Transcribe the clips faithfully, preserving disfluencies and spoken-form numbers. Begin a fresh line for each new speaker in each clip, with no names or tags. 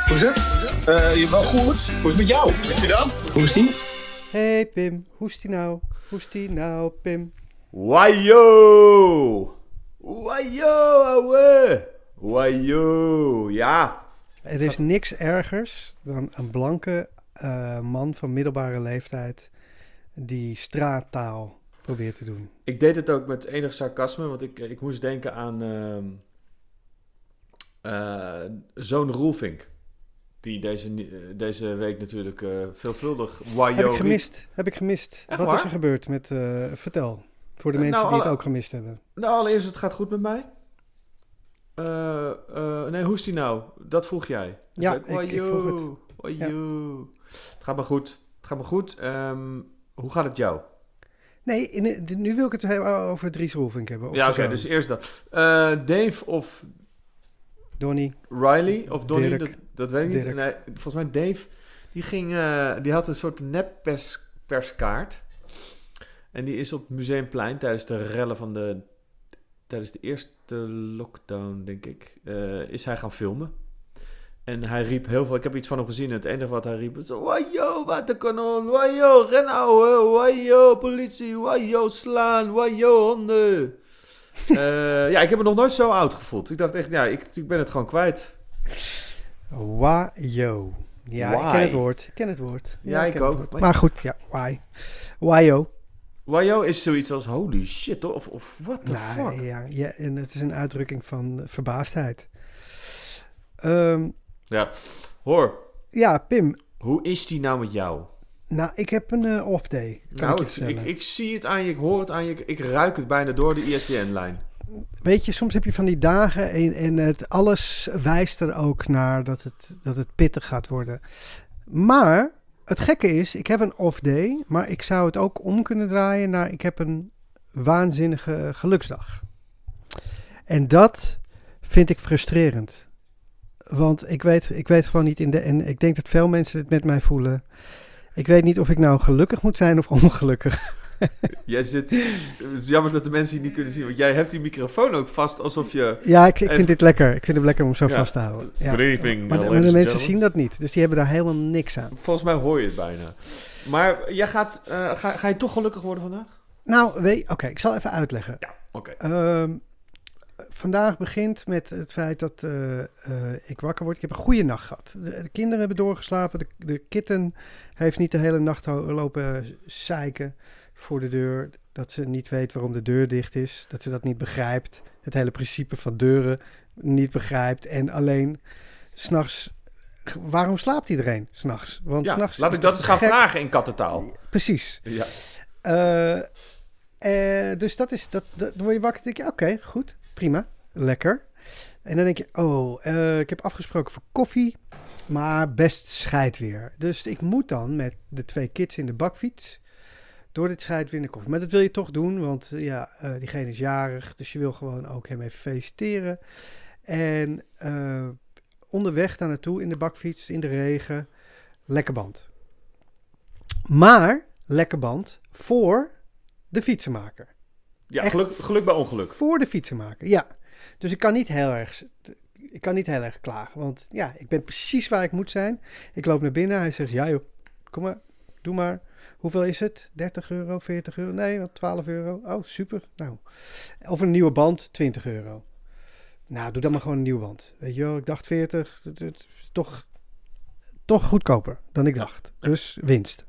Hoe is het? Uh, je wel goed? Hoe is het met jou? Is je dan? Hoe is die?
Hey Pim, hoe is die nou? Hoe is die nou, Pim?
Wajo! Wajo, ouwe! Wajo, ja.
Er is niks ergers dan een blanke uh, man van middelbare leeftijd die straattaal probeert te doen.
Ik deed het ook met enig sarcasme, want ik, ik moest denken aan uh, uh, zo'n Roelvink. Die deze, deze week natuurlijk uh, veelvuldig wajo...
Heb ik gemist, heb ik gemist.
Echt
Wat
waar?
is er gebeurd met... Uh, vertel, voor de uh, mensen
nou,
die
alle...
het ook gemist hebben.
Nou, allereerst, het gaat goed met mij. Uh, uh, nee, hoe is die nou? Dat vroeg jij.
Ja,
ik,
ik, ik vroeg het.
Wajo. Ja. Het gaat maar goed. Het gaat maar goed. Um, hoe gaat het jou?
Nee, in, de, nu wil ik het over Dries Roelvink hebben.
Ja, oké, okay, dus eerst dat. Uh, Dave of...
Donnie.
Riley of Donnie,
Dirk.
dat, dat weet ik niet.
Dirk.
Nee, volgens mij Dave, die, ging, uh, die had een soort nepperskaart. En die is op het Museumplein tijdens de rellen van de... Tijdens de eerste lockdown, denk ik, uh, is hij gaan filmen. En hij riep heel veel... Ik heb iets van hem gezien en het enige wat hij riep was... Wajo, waterkanon, wajo, ren ouwe, wajo, politie, wajo, slaan, wajo, honden. uh, ja, ik heb me nog nooit zo oud gevoeld. Ik dacht echt, ja, ik, ik ben het gewoon kwijt.
Wajo. Ja,
why?
ik ken het woord. Ik ken het woord.
Ja,
ja ik,
ik ook.
Maar goed, ja, why? Wajo.
Wajo is zoiets als holy shit, of, of what the
nou,
fuck?
Ja, ja, en het is een uitdrukking van verbaasdheid. Um,
ja, hoor.
Ja, Pim.
Hoe is die nou met jou?
Nou, ik heb een uh, off day, kan
nou,
ik je vertellen.
Ik, ik zie het aan je, ik hoor het aan je, ik, ik ruik het bijna door de E S P N-lijn.
Weet je, soms heb je van die dagen en, en het alles wijst er ook naar dat het, dat het pittig gaat worden. Maar het gekke is, ik heb een off day, maar ik zou het ook om kunnen draaien naar ik heb een waanzinnige geluksdag. En dat vind ik frustrerend. Want ik weet, ik weet gewoon niet in de... En ik denk dat veel mensen het met mij voelen. Ik weet niet of ik nou gelukkig moet zijn of ongelukkig.
Jij zit... Het is jammer dat de mensen je niet kunnen zien. Want jij hebt die microfoon ook vast alsof je...
Ja, ik, ik
even...
vind dit lekker. Ik vind het lekker om zo
ja.
vast te houden. Ja.
Good evening,
maar, maar de mensen zien dat niet. Dus die hebben daar helemaal niks aan.
Volgens mij hoor je het bijna. Maar jij gaat... Uh, ga, ga je toch gelukkig worden vandaag?
Nou, weet Oké, okay, ik zal even uitleggen.
Ja, oké. Okay.
Um, Vandaag begint met het feit dat uh, uh, ik wakker word. Ik heb een goede nacht gehad. De, de kinderen hebben doorgeslapen. De, de kitten heeft niet de hele nacht lopen zeiken voor de deur. Dat ze niet weet waarom de deur dicht is. Dat ze dat niet begrijpt. Het hele principe van deuren niet begrijpt. En alleen 's nachts... Waarom slaapt iedereen 's nachts? Want
ja,
's nachts
laat ik dat eens gaan gek... vragen in kattentaal.
Precies.
Ja.
Uh, uh, dus dat is... Dat, dat, dan word je wakker en denk je, oké, okay, goed. Prima, lekker. En dan denk je, oh, uh, ik heb afgesproken voor koffie, maar best scheidweer. Dus ik moet dan met de twee kids in de bakfiets door dit scheidweer naar koffie. Maar dat wil je toch doen, want uh, ja, uh, diegene is jarig, dus je wil gewoon ook hem even feliciteren. En uh, onderweg daar naartoe in de bakfiets, in de regen, lekker band. Maar lekker band voor de fietsenmaker.
Ja, geluk, geluk bij ongeluk.
Voor de fietsenmaker, ja. Dus ik kan niet heel erg, ik kan niet heel erg klagen. Want ja, ik ben precies waar ik moet zijn. Ik loop naar binnen. Hij zegt, ja joh, kom maar, doe maar. Hoeveel is het? dertig euro, veertig euro? Nee, twaalf euro. Oh, super. Nou. Of een nieuwe band, twintig euro. Nou, doe dan maar gewoon een nieuwe band. Weet je wel, ik dacht veertig. Het, het, toch, toch goedkoper dan ik dacht. Dus winst.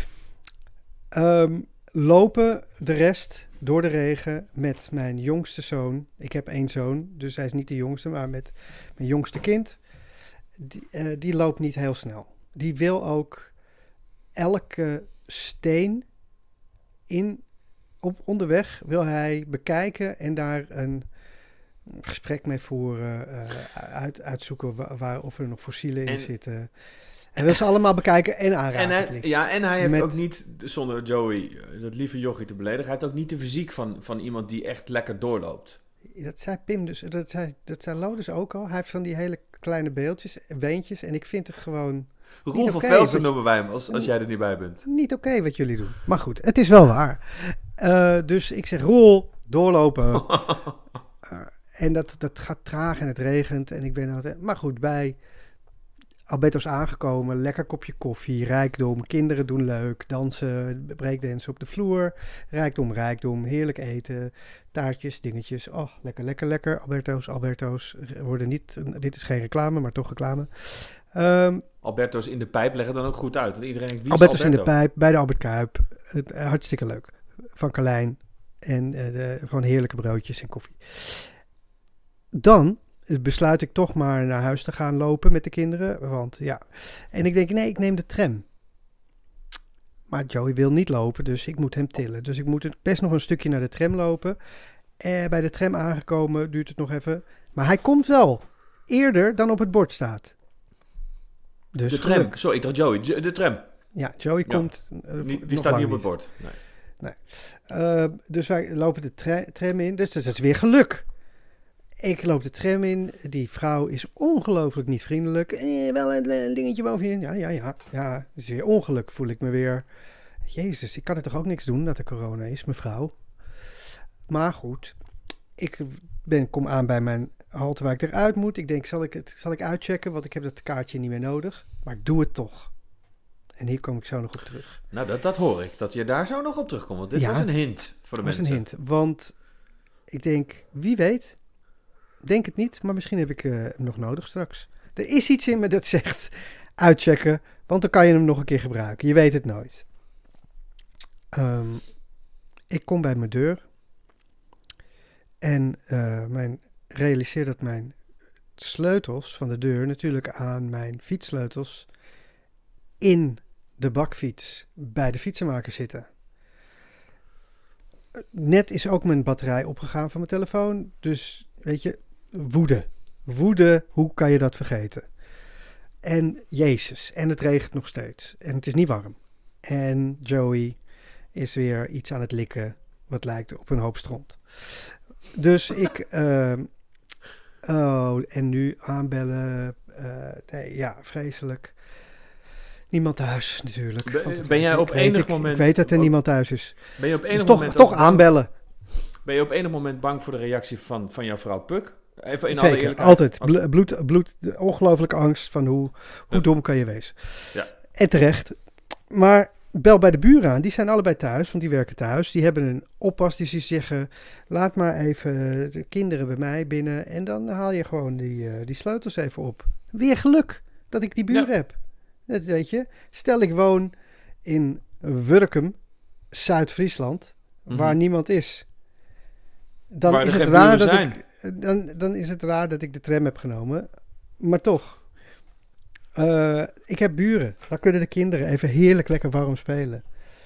Um, lopen de rest... door de regen met mijn jongste zoon. Ik heb één zoon, dus hij is niet de jongste, maar met mijn jongste kind. Die, uh, die loopt niet heel snel. Die wil ook elke steen in, op onderweg wil hij bekijken en daar een gesprek mee voeren, uh, uit, uitzoeken waar, waar, of er nog fossielen in en, zitten. En wil ze allemaal bekijken en aanraken.
En hij, ja, en hij heeft
Met,
ook niet, zonder Joey, dat lieve jochie te beledigen, hij heeft ook niet de fysiek van, van iemand die echt lekker doorloopt.
Dat zei Pim dus, dat zei, dat zei Lo dus ook al. Hij heeft van die hele kleine beeldjes, beentjes en ik vind het gewoon...
Roel van
okay,
Velsen noemen wij hem, als, als jij er niet bij bent.
Niet oké okay wat jullie doen. Maar goed, het is wel waar. Uh, dus ik zeg, Roel, doorlopen. uh, en dat, dat gaat traag en het regent. En ik ben er wat, maar goed, bij Alberto's aangekomen, lekker kopje koffie, rijkdom, kinderen doen leuk, dansen, breakdansen op de vloer, rijkdom, rijkdom, heerlijk eten, taartjes, dingetjes, oh, lekker, lekker, lekker, Alberto's, Alberto's, worden niet, dit is geen reclame, maar toch reclame. Um,
Alberto's in de pijp leggen dan ook goed uit, want iedereen denkt, wie is
Alberto's
Alberto?
in de pijp, bij de Albert Kuip, het, uh, hartstikke leuk, van Carlijn en uh, de, gewoon heerlijke broodjes en koffie. Dan besluit ik toch maar naar huis te gaan lopen met de kinderen. Want ja. En ik denk, nee, ik neem de tram. Maar Joey wil niet lopen, dus ik moet hem tillen. Dus ik moet best nog een stukje naar de tram lopen. Eh, bij de tram aangekomen duurt het nog even. Maar hij komt wel. Eerder dan op het bord staat. Dus
de tram.
geluk.
Sorry, ik dacht Joey. De tram.
Ja, Joey
ja.
komt. Uh,
die die staat niet op het bord. Nee.
nee. Uh, dus wij lopen de tra- tram in. Dus dat is weer geluk. Ik loop de tram in. Die vrouw is ongelooflijk niet vriendelijk. Eh, wel een, een dingetje bovenin. Ja, ja, ja. Ja, het is weer ongeluk, voel ik me weer. Jezus, ik kan er toch ook niks doen dat er corona is, mevrouw. Maar goed, ik ben, kom aan bij mijn halte waar ik eruit moet. Ik denk, zal ik het zal ik uitchecken? Want ik heb dat kaartje niet meer nodig. Maar ik doe het toch. En hier kom ik zo nog op terug.
Nou, dat, dat hoor ik. Dat je daar zo nog op terugkomt. Want dit
ja,
was een hint voor de
dat
mensen.
Dat was een hint. Want ik denk, wie weet... Denk het niet, maar misschien heb ik uh, hem nog nodig straks. Er is iets in me dat zegt uitchecken, want dan kan je hem nog een keer gebruiken. Je weet het nooit. Um, ik kom bij mijn deur en uh, mijn, realiseer dat mijn sleutels van de deur natuurlijk aan mijn fietssleutels in de bakfiets bij de fietsenmaker zitten. Net is ook mijn batterij opgegaan van mijn telefoon, dus weet je... Woede. Woede, hoe kan je dat vergeten? En Jezus. En het regent nog steeds. En het is niet warm. En Joey is weer iets aan het likken wat lijkt op een hoop stront. Dus ik... Uh, oh, en nu aanbellen. Uh, nee, ja, vreselijk. Niemand thuis natuurlijk.
Ben, ben jij op enig
ik,
moment...
Ik weet dat er
op,
niemand thuis is.
Ben je op enig
dus toch,
moment...
toch aanbellen.
Ben je op enig moment bang voor de reactie van, van jouw vrouw Puk? Even in
Zeker,
alle eerlijkheid.
altijd. Okay. Bloed, bloed, ongelooflijke angst van hoe, hoe ja. dom kan je wezen.
Ja.
En terecht. Maar bel bij de buren aan. Die zijn allebei thuis, want die werken thuis. Die hebben een oppas die ze zeggen... laat maar even de kinderen bij mij binnen... en dan haal je gewoon die, uh, die sleutels even op. Weer geluk dat ik die buren ja. heb. Dat weet je. Stel ik woon in Wurkum, Zuid-Friesland... Mm-hmm. waar niemand is... Dan
waar
is, het raar dat ik, dan, dan is het raar dat ik de tram heb genomen. Maar toch. Uh, ik heb buren. Daar kunnen de kinderen even heerlijk lekker warm spelen.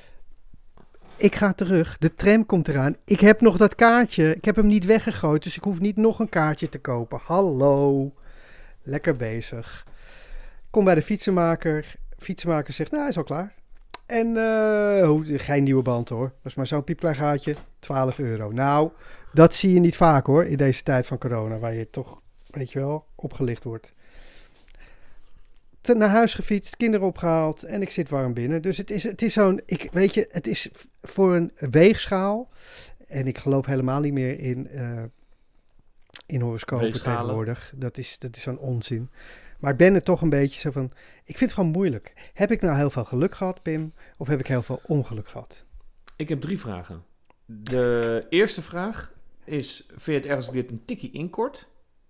Ik ga terug. De tram komt eraan. Ik heb nog dat kaartje. Ik heb hem niet weggegooid. Dus ik hoef niet nog een kaartje te kopen. Hallo. Lekker bezig. Kom bij de fietsenmaker. Fietsenmaker zegt, nou, hij is al klaar. En uh, geen nieuwe band hoor. Dat is maar zo'n piepklein gaatje. twaalf euro. Nou, dat zie je niet vaak hoor. In deze tijd van corona. Waar je toch, weet je wel, opgelicht wordt. Te, naar huis gefietst. Kinderen opgehaald. En ik zit warm binnen. Dus het is, het is zo'n, ik, weet je, het is voor een weegschaal. En ik geloof helemaal niet meer in, uh, in horoscopen tegenwoordig. Dat is, dat is zo'n onzin. Maar ik ben er toch een beetje zo van... Ik vind het gewoon moeilijk. Heb ik nou heel veel geluk gehad, Pim? Of heb ik heel veel ongeluk gehad?
Ik heb drie vragen. De eerste vraag is... Vind je het ergens dit een tikkie inkort?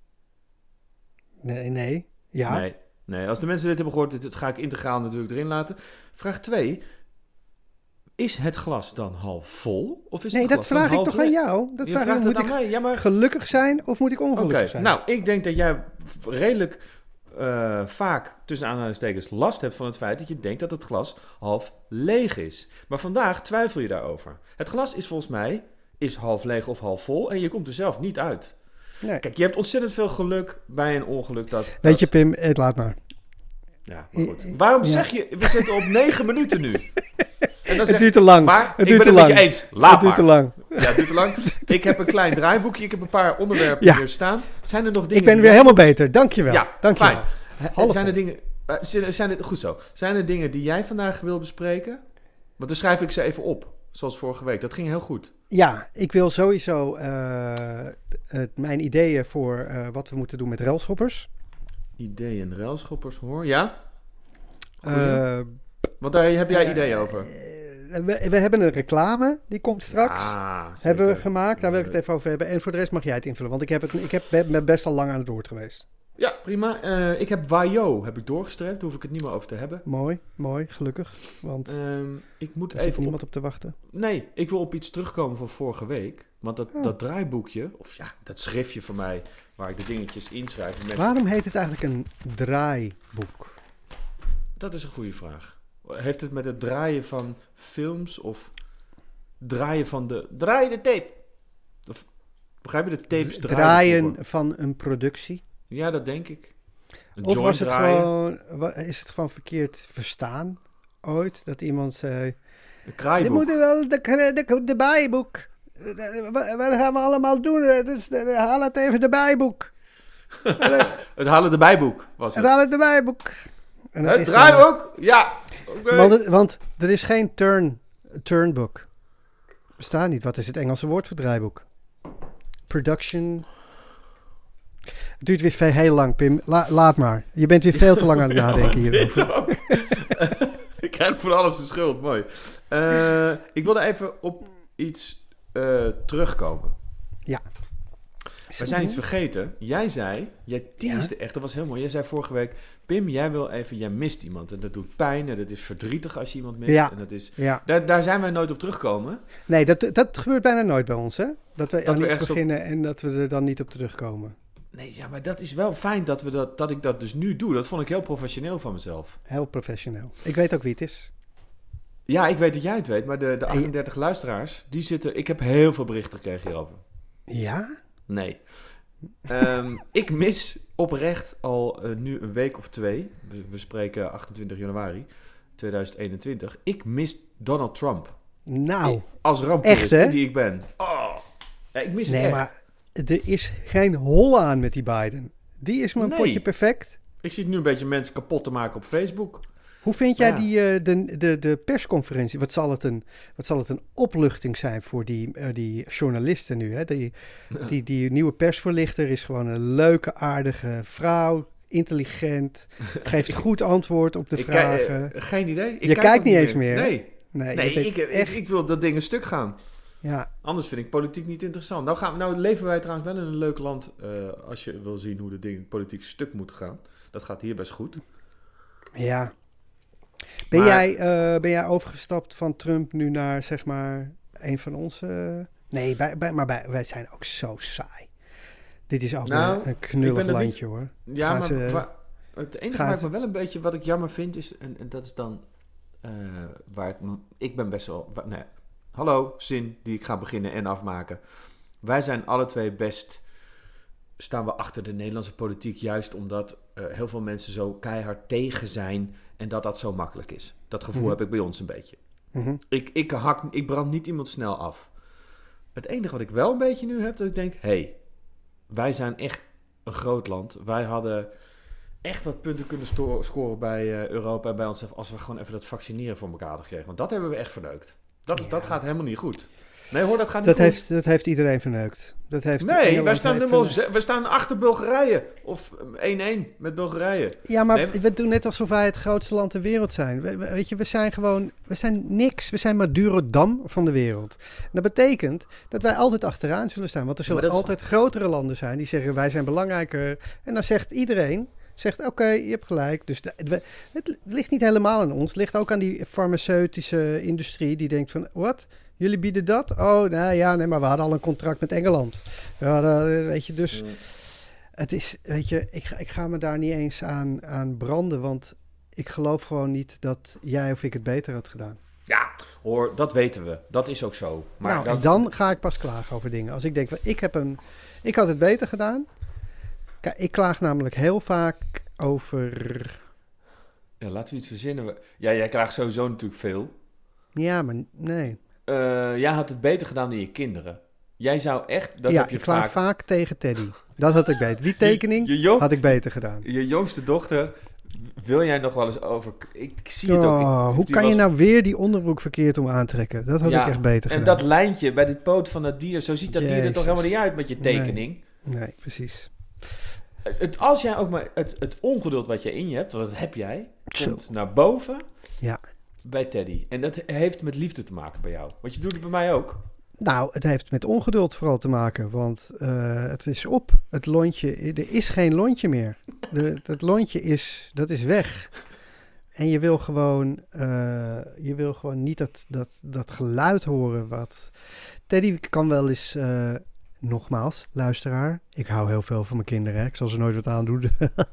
Nee, nee. Ja.
Nee, nee. Als de mensen dit hebben gehoord... Dit, dit ga ik integraal natuurlijk erin laten. Vraag twee... Is het glas dan half vol? Of is
nee,
het
dat
glas
vraag
dan
ik
half
toch
leeg?
aan jou? Dat
je
vraag
vraagt
ik,
het
moet
aan
ik
mij. Ja, maar...
gelukkig zijn of moet ik ongelukkig
okay.
zijn?
Nou, ik denk dat jij redelijk uh, vaak tussen aanhalingstekens last hebt van het feit dat je denkt dat het glas half leeg is. Maar vandaag twijfel je daarover. Het glas is volgens mij is half leeg of half vol en je komt er zelf niet uit. Nee. Kijk, je hebt ontzettend veel geluk bij een ongeluk dat...
Weet
dat...
je Pim, het laat maar.
Ja, maar goed. Waarom ja. zeg je... We zitten op negen minuten nu.
En dan het duurt te lang.
Maar
het
ik ben het
met
je eens. Laat
het duurt te lang.
Ja, het duurt te lang. Ik heb een klein draaiboekje. Ik heb een paar onderwerpen ja. hier staan. Zijn er nog dingen...
Ik ben weer helemaal ons... beter. Dankjewel.
Ja,
Dankjewel.
fijn. Zijn er dingen... Uh, zijn, zijn het, goed zo. Zijn er dingen die jij vandaag wil bespreken? Want dan schrijf ik ze even op. Zoals vorige week. Dat ging heel goed.
Ja, ik wil sowieso uh, uh, mijn ideeën voor uh, wat we moeten doen met railshoppers.
ideeën, ruilschoppers hoor. Ja?
Uh,
Want daar heb jij
uh,
ideeën over.
Uh, we, we hebben een reclame, die komt straks.
Ah,
hebben we gemaakt, daar wil ik het even over hebben. En voor de rest mag jij het invullen, want ik, heb het, ik heb, ben best al lang aan het woord geweest.
Ja, prima. Uh, ik heb Wajo heb ik doorgestreept, daar hoef ik het niet meer over te hebben.
Mooi, mooi, gelukkig. Want
um, ik moet
er
even
zit niemand
op...
op te wachten.
Nee, ik wil op iets terugkomen van vorige week. Want dat,
oh.
dat draaiboekje, of ja, dat schriftje van mij, waar ik de dingetjes inschrijf. Met...
Waarom heet het eigenlijk een draaiboek?
Dat is een goede vraag. Heeft het met het draaien van films of draaien van de... Draai de tape! Of, begrijp je, de tapes draaien?
Draaien van een productie?
Ja, dat denk ik. Een
of was het
draaien.
gewoon, is het gewoon verkeerd verstaan ooit? Dat iemand zei...
Een kraaiboek.
Dit moet wel de, de, de bijboek. Wat gaan we allemaal doen? Dus, haal het even de bijboek.
Het halen de bijboek was het.
Het halen de bijboek. En
het draaiboek? Uh, ja. Okay.
Want, het, want er is geen turn, turnbook. Bestaat niet. Wat is het Engelse woord voor draaiboek? Production... Het duurt weer veel, heel lang, Pim. La, laat maar. Je bent weer veel te lang aan het nadenken
ja,
hier.
Ik krijg voor alles de schuld. Mooi. Uh, ik wilde even op iets uh, terugkomen.
Ja.
We zijn iets vergeten. Jij zei, jij teasde ja. echt, dat was heel mooi. Jij zei vorige week, Pim, jij wil even, jij mist iemand. En dat doet pijn en dat is verdrietig als je iemand mist.
Ja.
En dat is,
ja.
daar, daar zijn wij nooit op terugkomen.
Nee, dat, dat gebeurt bijna nooit bij ons, hè? Dat we
dat
aan
we
iets beginnen
op...
en dat we er dan niet op terugkomen.
Nee, ja, maar dat is wel fijn dat, we dat, dat ik dat dus nu doe. Dat vond ik heel professioneel van mezelf.
Heel professioneel. Ik weet ook wie het is.
Ja, ik weet dat jij het weet, maar de, de achtendertig je... luisteraars, die zitten... Ik heb heel veel berichten gekregen hierover.
Ja?
Nee. Um, ik mis oprecht al uh, nu een week of twee. We, we spreken achtentwintig januari tweeduizend eenentwintig. Ik mis Donald Trump.
Nou,
ik, als ramptoerist die ik ben. Oh, ja, ik mis
nee,
het echt.
Maar er is geen hol aan met die Biden. Die is maar een
nee.
potje perfect.
Ik zie nu een beetje mensen kapot te maken op Facebook.
Hoe vind jij
ja.
die, uh, de, de, de persconferentie? Wat zal het een, wat zal het een opluchting zijn voor die, uh, die journalisten nu? Hè? Die, die, die nieuwe persvoorlichter is gewoon een leuke, aardige vrouw. Intelligent. Geeft goed antwoord op de
ik
vragen.
Kijk, uh, geen idee. Ik
je
kijk
kijkt niet
meer.
eens meer.
Nee,
nee,
nee ik,
echt...
ik, ik wil dat ding een stuk gaan.
Ja.
Anders vind ik politiek niet interessant. Nou, gaan, nou leven wij trouwens wel in een leuk land. Uh, als je wil zien hoe de dingen politiek stuk moeten gaan. Dat gaat hier best goed.
Ja. Ben, maar, jij, uh, ben jij overgestapt van Trump nu naar, zeg maar, een van onze... Nee, bij, bij, maar bij, wij zijn ook zo saai. Dit is ook nou, een, een knullig landje, niet, hoor.
Ja, Gaan maar, ze, maar het enige waar ik me wel een beetje... Wat ik jammer vind is... En, en dat is dan... Uh, waar ik... Ik ben best wel... Nee, hallo, zin die ik ga beginnen en afmaken. Wij zijn alle twee best... Staan we achter de Nederlandse politiek juist omdat uh, heel veel mensen zo keihard tegen zijn en dat dat zo makkelijk is. Dat gevoel mm-hmm. heb ik bij ons een beetje. Mm-hmm. Ik, ik, hak, ik brand niet iemand snel af. Het enige wat ik wel een beetje nu heb, dat ik denk, hé, hey, wij zijn echt een groot land. Wij hadden echt wat punten kunnen sto- scoren bij uh, Europa en bij onszelf als we gewoon even dat vaccineren voor elkaar hadden gekregen. Want dat hebben we echt verneukt. Dat, ja. dat gaat helemaal niet goed. Nee hoor, dat gaat niet
dat
goed.
Heeft, dat heeft iedereen verneukt. Dat heeft
nee, wij staan, nummer, we staan achter Bulgarije. Of één-één met Bulgarije.
Ja, maar
nee,
we doen net alsof wij het grootste land ter wereld zijn. We, we, weet je, we zijn gewoon... We zijn niks. We zijn Madurodam van de wereld. En dat betekent dat wij altijd achteraan zullen staan. Want er zullen ja, altijd is... grotere landen zijn die zeggen wij zijn belangrijker. En dan zegt iedereen... Zegt, oké, okay, je hebt gelijk. Dus de, het, het ligt niet helemaal aan ons. Het ligt ook aan die farmaceutische industrie die denkt van... Wat? Jullie bieden dat? Oh, nou ja, nee, maar we hadden al een contract met Engeland. We hadden, weet je, dus... Mm. Het is, weet je, ik, ik ga me daar niet eens aan, aan branden, want ik geloof gewoon niet dat jij of ik het beter had gedaan.
Ja, hoor, dat weten we. Dat is ook zo. Maar
nou,
dat...
en dan ga ik pas klagen over dingen. Als ik denk, ik, heb een, ik had het beter gedaan. Kijk, ik klaag namelijk heel vaak over...
Ja, laten we iets verzinnen. Ja, jij klaagt sowieso natuurlijk veel.
Ja, maar nee.
Uh, jij had het beter gedaan dan je kinderen. Jij zou echt... Dat
ja,
heb je
ik klaag
vaak...
vaak tegen Teddy. Dat had ik beter. Die tekening je, je jong... had ik beter gedaan.
Je jongste dochter wil jij nog wel eens over... Ik, ik zie het
oh,
ook. Ik,
hoe kan was... je nou weer die onderbroek verkeerd om aantrekken? Dat had ja, ik echt beter
en
gedaan.
En dat lijntje bij dit poot van dat dier... Zo ziet dat Jezus. dier er toch helemaal niet uit met je tekening?
Nee, nee precies.
Het, als jij ook maar het, het ongeduld wat je in je hebt, want dat heb jij, komt
Zo.
naar boven
Ja.
bij Teddy. En dat heeft met liefde te maken bij jou. Want je doet het bij mij ook.
Nou, het heeft met ongeduld vooral te maken, want uh, het is op. Het lontje, er is geen lontje meer. De, het lontje is, dat is weg. En je wil gewoon, uh, je wil gewoon niet dat, dat, dat geluid horen wat... Teddy kan wel eens, uh, nogmaals, luisteraar. Ik hou heel veel van mijn kinderen, hè? Ik zal ze nooit wat aandoen.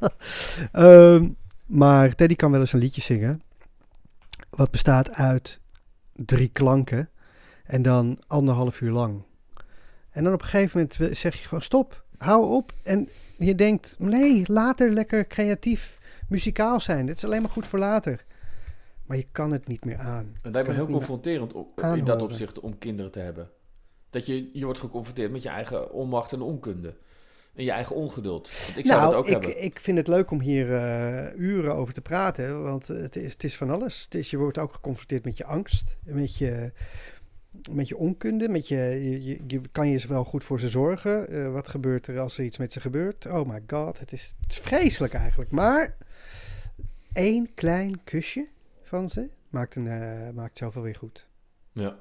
um, maar Teddy kan wel eens een liedje zingen. Wat bestaat uit drie klanken. En dan anderhalf uur lang. En dan op een gegeven moment zeg je gewoon stop, hou op. En je denkt, nee, later lekker creatief muzikaal zijn. Dit is alleen maar goed voor later. Maar je kan het niet meer aan.
Het lijkt me heel confronterend op, in
aanhoren.
dat opzicht om kinderen te hebben. Dat je, je wordt geconfronteerd met je eigen onmacht en onkunde. En je eigen ongeduld. Want ik zou
nou,
dat ook
ik,
hebben.
ik vind het leuk om hier uh, uren over te praten. Want het is, het is van alles. Het is, je wordt ook geconfronteerd met je angst. Met je... Met je onkunde, met je, je, je, je kan je wel goed voor ze zorgen. Uh, wat gebeurt er als er iets met ze gebeurt? Oh my god, het is, het is vreselijk eigenlijk. Maar één klein kusje van ze maakt, een, uh, maakt zoveel weer goed.
Ja.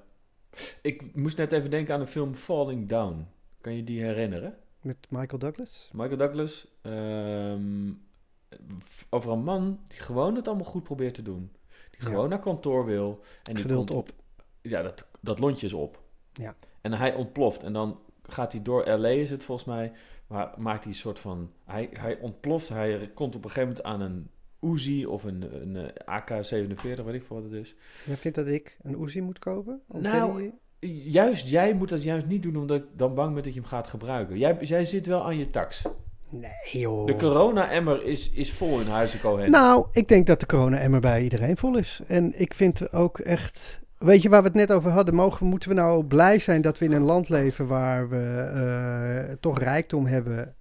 Ik moest net even denken aan de film Falling Down. Kan je die herinneren?
Met Michael Douglas?
Michael Douglas. Um, over een man die gewoon het allemaal goed probeert te doen. Die ja. gewoon naar kantoor wil. En die
Geduld
komt
op.
Ja, dat, dat lontje is op.
Ja.
En hij ontploft. En dan gaat hij door L A, is het volgens mij. Maar maakt hij een soort van... Hij, hij ontploft. Hij komt op een gegeven moment aan een Uzi of een, een A K zevenenveertig, weet ik veel wat het is.
Jij vindt dat ik een Uzi moet kopen?
Nou, juist jij moet dat juist niet doen, omdat ik dan bang ben dat je hem gaat gebruiken. Jij, jij zit wel aan je tax.
Nee, joh.
De corona-emmer is, is vol in Huizen Cohen.
Nou, ik denk dat de corona-emmer bij iedereen vol is. En ik vind ook echt... Weet je, waar we het net over hadden, mogen, moeten we nou blij zijn dat we in een land leven waar we uh, toch rijkdom hebben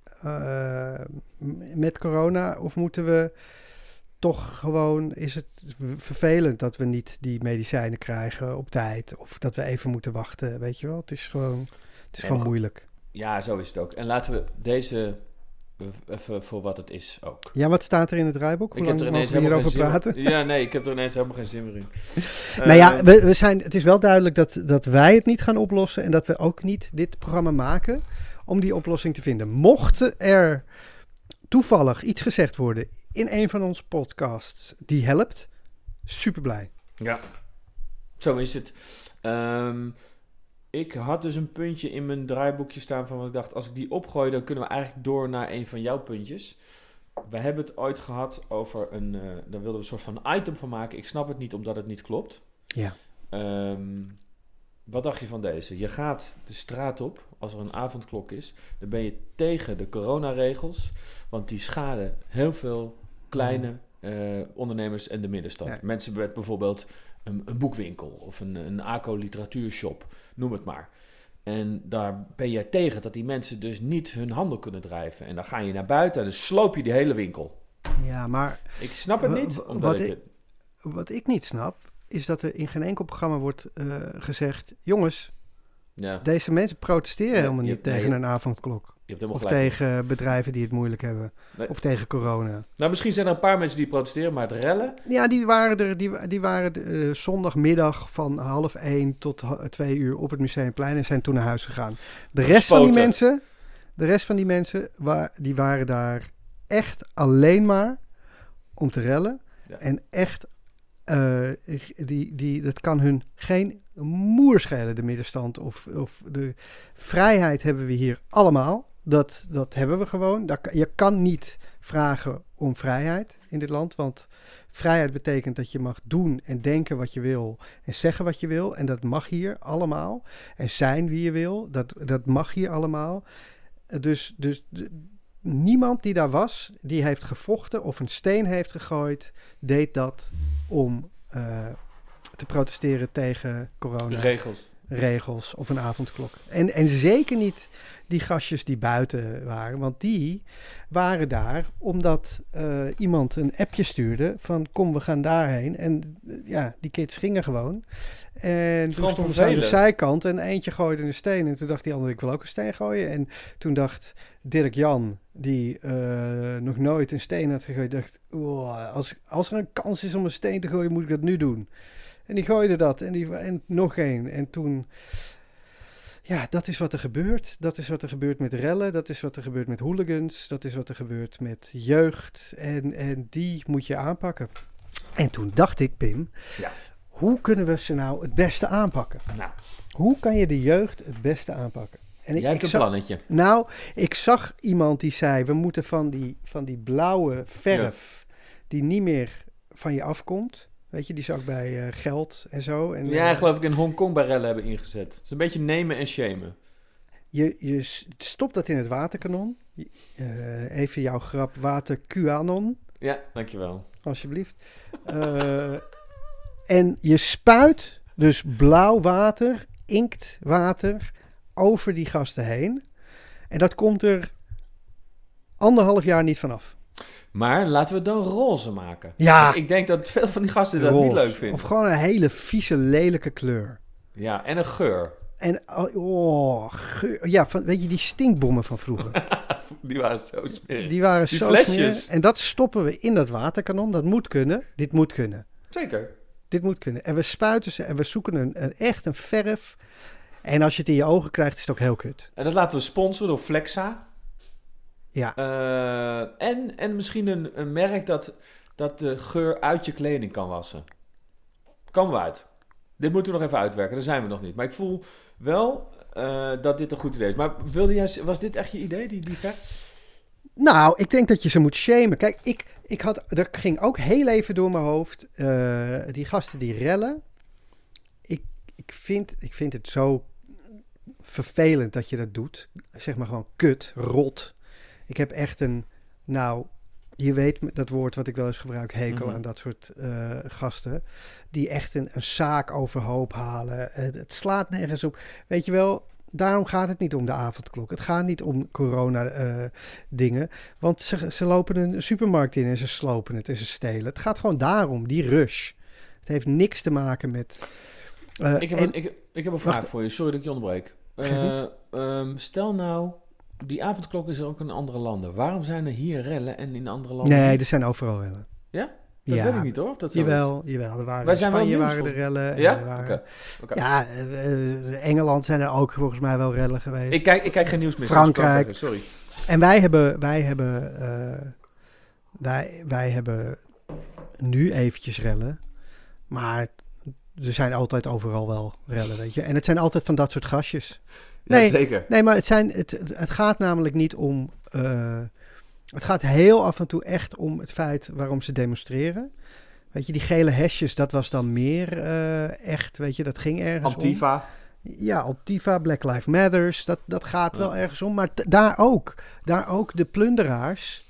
uh, met corona? Of moeten we toch gewoon, is het vervelend dat we niet die medicijnen krijgen op tijd? Of dat we even moeten wachten, weet je wel? Het is gewoon, het is
ja,
gewoon moeilijk.
Ja, zo is het ook. En laten we deze... Even voor wat het is ook.
Ja, wat staat er in het draaiboek? Hoe
ik
lang
heb er ineens
mogen we hierover praten?
Meer... Ja, nee, ik heb er ineens helemaal geen zin meer in.
nou uh, ja, we, we zijn, het is wel duidelijk dat, dat wij het niet gaan oplossen en dat we ook niet dit programma maken om die oplossing te vinden. Mocht er toevallig iets gezegd worden in een van onze podcasts die helpt, super blij.
Ja, zo is het. Um, Ik had dus een puntje in mijn draaiboekje staan van wat ik dacht, als ik die opgooi, dan kunnen we eigenlijk door naar een van jouw puntjes. We hebben het ooit gehad over een, uh, daar wilden we een soort van item van maken. Ik snap het niet, omdat het niet klopt.
Ja.
Um, wat dacht je van deze? Je gaat de straat op, als er een avondklok is, dan ben je tegen de coronaregels, want die schaden heel veel kleine uh, ondernemers en de middenstand. Ja. Mensen met bijvoorbeeld een, een boekwinkel of een, een A C O literatuurshop, noem het maar. En daar ben je tegen dat die mensen dus niet hun handel kunnen drijven. En dan ga je naar buiten en dan sloop je die hele winkel.
Ja, maar...
Ik snap het niet. Omdat
wat,
ik,
ik, wat ik niet snap, is dat er in geen enkel programma wordt uh, gezegd... Jongens, ja. deze mensen protesteren ja, helemaal niet je, tegen nee, een avondklok.
Je hebt
of
gelijk.
tegen bedrijven die het moeilijk hebben. Nee. Of tegen corona.
Nou, misschien zijn er een paar mensen die protesteren, maar het rellen...
Ja, die waren er. Die, die waren uh, zondagmiddag van half één tot ha- twee uur op het Museumplein en zijn toen naar huis gegaan. De rest Spoten. van die mensen, de rest van die mensen, wa- die waren daar echt alleen maar om te rellen. Ja. En echt, uh, die, die, dat kan hun geen moer schelen, de middenstand. Of, of de vrijheid hebben we hier allemaal. Dat, dat hebben we gewoon. Je kan niet vragen om vrijheid in dit land, want vrijheid betekent dat je mag doen en denken wat je wil en zeggen wat je wil. En dat mag hier allemaal. En zijn wie je wil, dat, dat mag hier allemaal. Dus, dus de, niemand die daar was, die heeft gevochten of een steen heeft gegooid, deed dat om uh, te protesteren tegen corona.
Regels.
Regels of een avondklok. En, en zeker niet die gastjes die buiten waren. Want die waren daar omdat uh, iemand een appje stuurde van kom, we gaan daarheen. En uh, ja, die kids gingen gewoon. En toen stonden ze aan de zijkant en eentje gooide een steen. En toen dacht die andere, ik wil ook een steen gooien. En toen dacht Dirk-Jan, die uh, nog nooit een steen had gegooid, dacht, oh, als, als er een kans is om een steen te gooien, moet ik dat nu doen. En die gooide dat en, die, en nog één. En toen, ja, dat is wat er gebeurt. Dat is wat er gebeurt met rellen. Dat is wat er gebeurt met hooligans. Dat is wat er gebeurt met jeugd. En, en die moet je aanpakken. En toen dacht ik, Pim,
ja.
hoe kunnen we ze nou het beste aanpakken?
Nou.
Hoe kan je de jeugd het beste aanpakken? En ik,
Jij hebt
ik
een
zag,
plannetje.
Nou, ik zag iemand die zei, we moeten van die, van die blauwe verf, ja. die niet meer van je afkomt. Weet je, die ze ook bij uh, geld en zo. En,
ja,
uh,
geloof ik in Hongkong bij rellen hebben ingezet. Het is een beetje nemen en shamen.
Je, je stopt dat in het waterkanon. Uh, even jouw grap, water QAnon.
Ja, dankjewel.
Alsjeblieft. Uh, en je spuit dus blauw water, inktwater, over die gasten heen. En dat komt er anderhalf jaar niet vanaf.
Maar laten we het dan roze maken.
Ja.
Ik denk dat veel van die gasten dat
roze.
niet leuk vinden.
Of gewoon een hele vieze, lelijke kleur.
Ja, en een geur.
En, oh, geur. Ja, van, weet je, die stinkbommen van vroeger.
Die waren zo smerig.
Die waren
die
zo
flesjes.
smerig. En dat stoppen we in dat waterkanon. Dat moet kunnen. Dit moet kunnen.
Zeker.
Dit moet kunnen. En we spuiten ze en we zoeken een, een echt een verf. En als je het in je ogen krijgt, is het ook heel kut.
En dat laten we sponsoren door Flexa.
Ja.
Uh, en, en misschien een, een merk dat, dat de geur uit je kleding kan wassen. Kan we uit. Dit moeten we nog even uitwerken. Daar zijn we nog niet. Maar ik voel wel uh, dat dit een goed idee is. Maar wilde jij, was dit echt je idee, die, die verf?
Nou, ik denk dat je ze moet shamen. Kijk, ik, ik had, er ging ook heel even door mijn hoofd. Uh, die gasten die rellen. Ik, ik, vind, ik vind het zo vervelend dat je dat doet. Zeg maar gewoon kut, rot. Ik heb echt een, nou, je weet dat woord wat ik wel eens gebruik, hekel mm-hmm. aan dat soort uh, gasten. Die echt een, een zaak overhoop halen. Uh, het slaat nergens op. Weet je wel, daarom gaat het niet om de avondklok. Het gaat niet om corona uh, dingen. Want ze, ze lopen een supermarkt in en ze slopen het en ze stelen. Het gaat gewoon daarom, die rush. Het heeft niks te maken met... Uh,
ik, heb
en,
een, ik, ik heb een vraag
wacht,
voor je. Sorry dat ik je onderbreek. Uh, um, stel nou... Die avondklok is er ook in andere landen. Waarom zijn er hier rellen en in andere landen
Nee,
niet?
er zijn overal rellen.
Ja? Dat
ja.
weet ik niet hoor. Of dat zo
jawel,
is.
jawel. Er waren
Wij
in
zijn
Spanje
wel
waren er rellen.
Ja?
Er waren,
okay. Okay.
Ja, uh, Engeland zijn er ook volgens mij wel rellen geweest.
Ik kijk, ik kijk geen nieuws meer.
Frankrijk.
Sorry.
En wij hebben, wij hebben, uh, wij, wij hebben nu eventjes rellen. Maar er zijn altijd overal wel rellen, weet je. En het zijn altijd van dat soort gastjes. Nee,
ja, zeker.
Nee, maar het, zijn, het, het, het gaat namelijk niet om... Uh, het gaat heel af en toe echt om het feit waarom ze demonstreren. Weet je, die gele hesjes, dat was dan meer uh, echt, weet je, dat ging ergens
Antifa.
om. Ja, Antifa, Black Lives Matters, dat, dat gaat ja. wel ergens om. Maar t- daar ook, daar ook de plunderaars...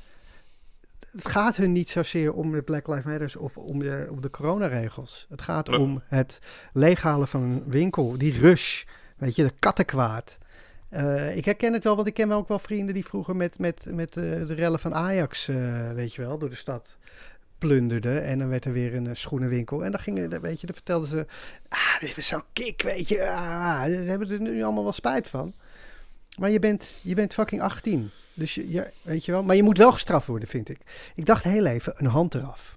Het gaat hun niet zozeer om de Black Lives Matters of om de, om de coronaregels. Het gaat ja. om het leeghalen van een winkel, die rush... Weet je, de kattenkwaad. Uh, ik herken het wel, want ik ken wel ook wel vrienden die vroeger met, met, met uh, de rellen van Ajax, uh, weet je wel, door de stad plunderden. En dan werd er weer een uh, schoenenwinkel. En dan gingen, weet je, dan vertelden ze, ah, dit is zo'n kick, weet je. Ah, ze hebben er nu allemaal wel spijt van. Maar je bent, je bent fucking achttien. Dus je, je, weet je wel, maar je moet wel gestraft worden, vind ik. Ik dacht heel even, een hand eraf.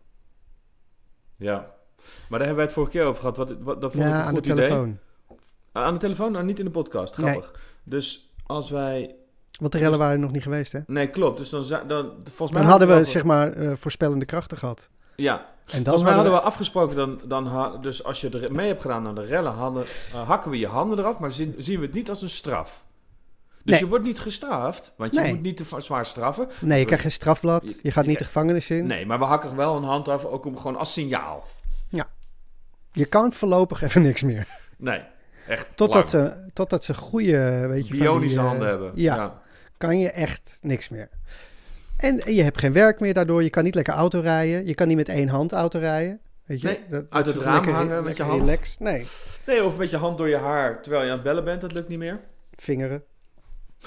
Ja, maar daar hebben wij het vorige keer over gehad. Wat, wat, dat vond
ja,
ik een
aan
goed
de telefoon.
idee. Aan de telefoon? Nou, niet in de podcast. Grappig.
Nee.
Dus als wij...
Want de rellen
dus...
waren nog niet geweest, hè?
Nee, klopt. Dus dan, dan volgens mij...
Dan hadden we,
over...
zeg maar, uh, voorspellende krachten gehad.
Ja.
En dan
volgens mij hadden
we...
we afgesproken, dan, dan ha... dus als je er mee hebt gedaan aan de rellen, hadden, uh, hakken we je handen eraf, maar zien, zien we het niet als een straf. Dus nee. je wordt niet gestraft, want je nee. moet niet te zwaar straffen.
Nee, je krijgt geen strafblad, je, je gaat niet de gevangenis in.
Nee, maar we hakken wel een hand af, ook om, gewoon als signaal.
Ja. Je kan voorlopig even niks meer.
Nee. Echt
totdat ze, totdat ze goede, weet je,
bionische
van die,
handen
uh,
hebben.
Ja,
ja,
kan je echt niks meer. En, en je hebt geen werk meer daardoor. Je kan niet lekker auto rijden. Je kan niet met één hand auto rijden. Weet je?
Nee,
dat,
uit
dat
het raam
lekker,
hangen met je hand.
Relaxed. Nee.
Nee, of met je hand door je haar terwijl je aan het bellen bent. Dat lukt niet meer.
Vingeren.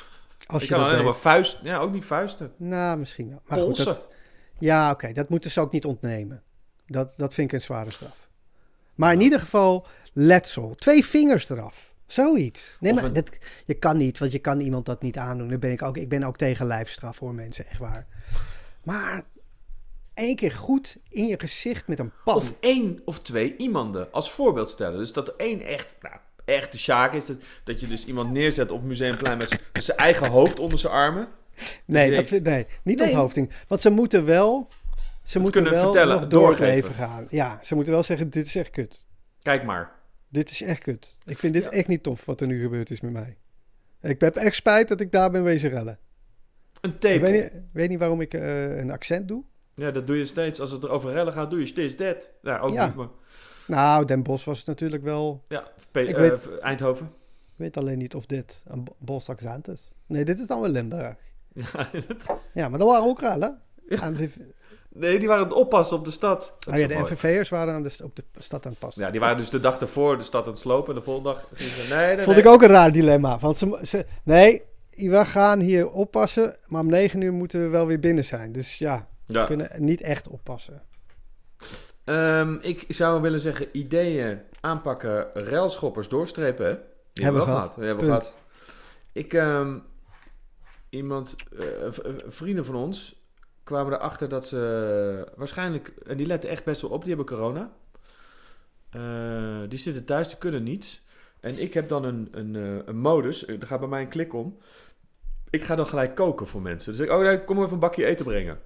Als
Ik
je
kan
dat
alleen nog
deed.
maar vuist... Ja, ook niet vuisten.
Nou, misschien wel. Maar
Polsen.
goed, dat, ja, oké. dat moeten ze ook niet ontnemen. Dat, dat vind ik een zware straf. Maar in
Ja.
ieder geval, letsel. Twee vingers eraf. Zoiets. Nee,
Of
maar
een-
dat, je kan niet, want je kan iemand dat niet aandoen. Dan ben ik, ook, ik ben ook tegen lijfstraf voor mensen, echt waar. Maar één keer goed in je gezicht met een pan.
Of één of twee iemanden als voorbeeld stellen. Dus dat er één echt, nou, echt de sjaak is. Dat, dat je dus iemand neerzet op Museumplein met, z- met zijn eigen hoofd onder zijn armen.
nee,
Jezus.
dat, nee, niet
Nee.
onthoofding. Want ze moeten wel, ze moeten
kunnen
wel
vertellen,
nog doorgeven
doorgeven.
gaan. Ja, ze moeten wel zeggen, dit is echt kut.
Kijk maar.
Dit is echt kut. Ik vind dit
Ja.
echt niet tof wat er nu gebeurd is met mij. Ik heb echt spijt dat ik daar ben wezen rellen.
Een
Ik
teken.
weet niet, weet niet waarom ik eh, een accent doe.
Ja, dat doe je steeds. Als het er over rellen gaat, doe je steeds dat. Nou, ook
Ja.
niet, maar...
Nou, Den Bosch was natuurlijk wel...
Ja, P-
Ik
eh,
weet-
Eindhoven.
Ik weet alleen niet of dit een Bo- Bosch accent is. Nee, dit is dan wel Limburg.
Ja, dat-
Ja, maar dat waren ook rellen.
Ja.
Aan de-
nee, die waren aan het oppassen op de stad. Dat
Oh
is
ja,
wel
de
mooi.
N V V'ers waren aan de, st- op de stad aan het passen.
Ja, die waren dus de dag ervoor de stad aan het slopen. En de volgende dag gingen ze... Nee, nee,
Vond
nee.
ik ook een raar dilemma. Want ze, ze, nee, we gaan hier oppassen, maar om negen uur moeten we wel weer binnen zijn. Dus ja, we
Ja.
kunnen niet echt oppassen.
Ehm, ik zou willen zeggen, ideeën aanpakken, railschoppers doorstrepen. Hè? Die
Hebben we
wel
gehad.
Die hebben we
Punt.
gehad. Ik, ehm, iemand, eh, v- v- vrienden van ons kwamen erachter dat ze waarschijnlijk, en die letten echt best wel op, die hebben corona. Eh, die zitten thuis, die kunnen niets. En ik heb dan een, een, eh, een modus, er gaat bij mij een klik om. Ik ga dan gelijk koken voor mensen. Dus ik, oh nee, kom even een bakje eten brengen.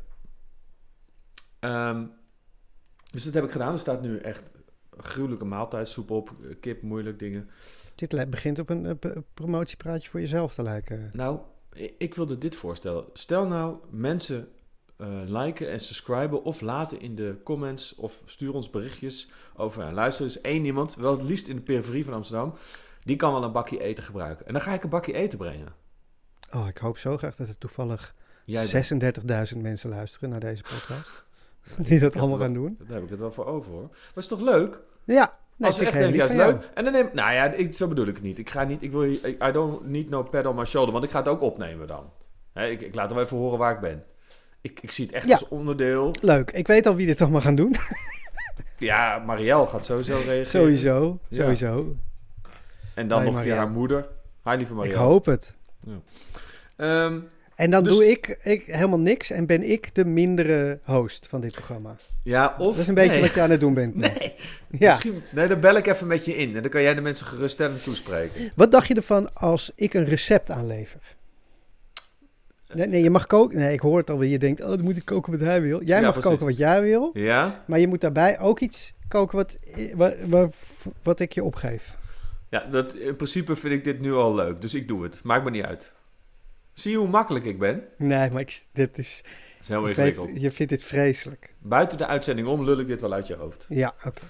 Ehm, dus dat heb ik gedaan. Er staat nu echt gruwelijke maaltijdsoep op. Kip, moeilijk dingen.
Dit le- begint op een, eh, p- promotiepraatje voor jezelf te lijken.
Nou, i- ik wilde dit voorstellen. Stel nou, mensen eh, liken en subscriben of laten in de comments of stuur ons berichtjes over. En luister, er is één iemand, wel het liefst in de periferie van Amsterdam, die kan wel een bakje eten gebruiken. En dan ga ik een bakje eten brengen.
Oh, ik hoop zo graag dat er toevallig
Jij bent-
zesendertigduizend mensen luisteren naar deze podcast. Die dat allemaal
wel-
gaan doen.
Daar heb ik het wel voor over hoor. Maar is toch leuk?
Ja, nee,
Als we
vind
echt
ik heel
denken,
lief
ja,
van
is
jou.
leuk. En dan neem nou ja, ik, zo bedoel ik het niet. Ik ga niet, ik wil, hier- I don't need no pad on my shoulder, want ik ga het ook opnemen dan. Hè, ik, ik laat wel even horen waar ik ben. Ik, ik zie het echt
Ja.
als onderdeel.
Leuk, ik weet al wie dit allemaal gaan doen.
Ja, Marielle gaat sowieso reageren.
Sowieso,
Ja.
sowieso.
En dan
Hi,
nog via
Marielle.
haar moeder. Hi, lieve
Ik
Marielle.
hoop het.
Ehm,
En dan
Dus-
doe ik, ik helemaal niks en ben ik de mindere host van dit programma.
ja, of...
Dat is een beetje
nee.
wat je aan het doen bent. nu.
Nee,
Ja.
misschien... Nee, dan bel ik even met je in. En dan kan jij de mensen geruststellend toespreken.
Wat dacht je ervan als ik een recept aanlever? Nee, nee, je mag koken. Nee, ik hoor het alweer. Je denkt, oh, dan moet ik koken wat hij wil. Jij
Ja,
mag
precies.
koken wat jij wil.
Ja?
Maar je moet daarbij ook iets koken wat, wat, wat, wat ik je opgeef.
Ja, dat, in principe vind ik dit nu al leuk. Dus ik doe het. Maakt me niet uit. Zie je hoe makkelijk ik ben? Dat
Nee, maar ik, dit is...
is heel
ik weet,
ingewikkeld.
je vindt dit vreselijk.
Buiten de uitzending om lul ik dit wel uit je hoofd.
Ja, oké.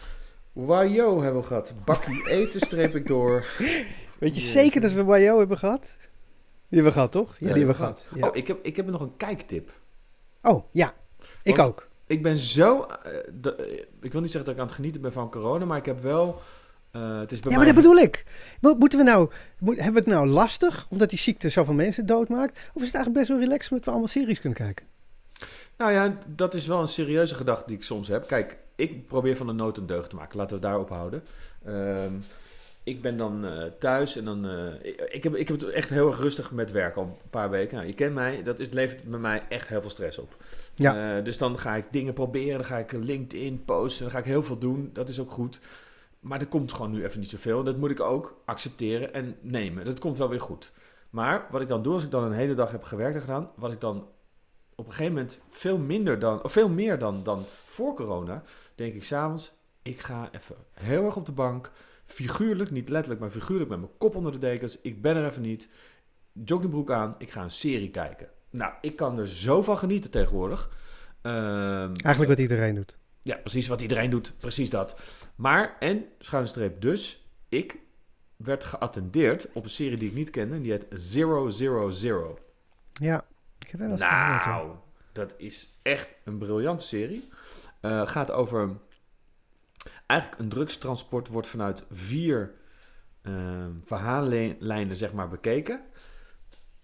Wajo hebben we gehad. Bakkie eten streep ik door.
Weet je
Jezus.
zeker dat we Wajo hebben gehad? Die hebben we gehad, toch? Ja, die hebben we gehad. Ja.
Oh, ik heb, ik heb nog een kijktip.
Oh, ja. Ik
Want-
ook.
Ik ben zo... eh, de- eh, ik wil niet zeggen dat ik aan het genieten ben van corona, maar ik heb wel... eh, het is bij
Ja,
mij...
maar dat bedoel ik. Mo- Moeten we nou, moet, hebben we het nou lastig, omdat die ziekte zoveel mensen doodmaakt? Of is het eigenlijk best wel relaxed, omdat we allemaal series kunnen kijken?
Nou ja, dat is wel een serieuze gedachte die ik soms heb. Kijk, ik probeer van de nood een deugd te maken. Laten we het daarop houden. Ehm, ik ben dan eh, thuis en dan... eh, ik, ik, heb, ik heb het echt heel erg rustig met werk al een paar weken. Nou, je kent mij, dat is, levert bij mij echt heel veel stress op.
Ja.
Eh, dus dan ga ik dingen proberen, dan ga ik LinkedIn posten, dan ga ik heel veel doen. Dat is ook goed. Maar er komt gewoon nu even niet zoveel. En dat moet ik ook accepteren en nemen. Dat komt wel weer goed. Maar wat ik dan doe, als ik dan een hele dag heb gewerkt en gedaan, wat ik dan op een gegeven moment veel minder dan, of veel meer dan, dan voor corona, denk ik s'avonds, ik ga even heel erg op de bank, figuurlijk, niet letterlijk, maar figuurlijk met mijn kop onder de dekens. Ik ben er even niet. Joggingbroek aan, ik ga een serie kijken. Nou, ik kan er zo van genieten tegenwoordig. Ehm,
Eigenlijk wat iedereen doet.
ja, precies wat iedereen doet. Precies dat. Maar, en, schuine streep dus, ik werd geattendeerd op een serie die ik niet kende. En die heet Zero Zero Zero.
Ja, ik heb er wel eens van gehoord, ja.
Nou, dat is echt een briljante serie. Eh gaat over... Eigenlijk een drugstransport wordt vanuit vier eh, verhaallijnen zeg maar bekeken.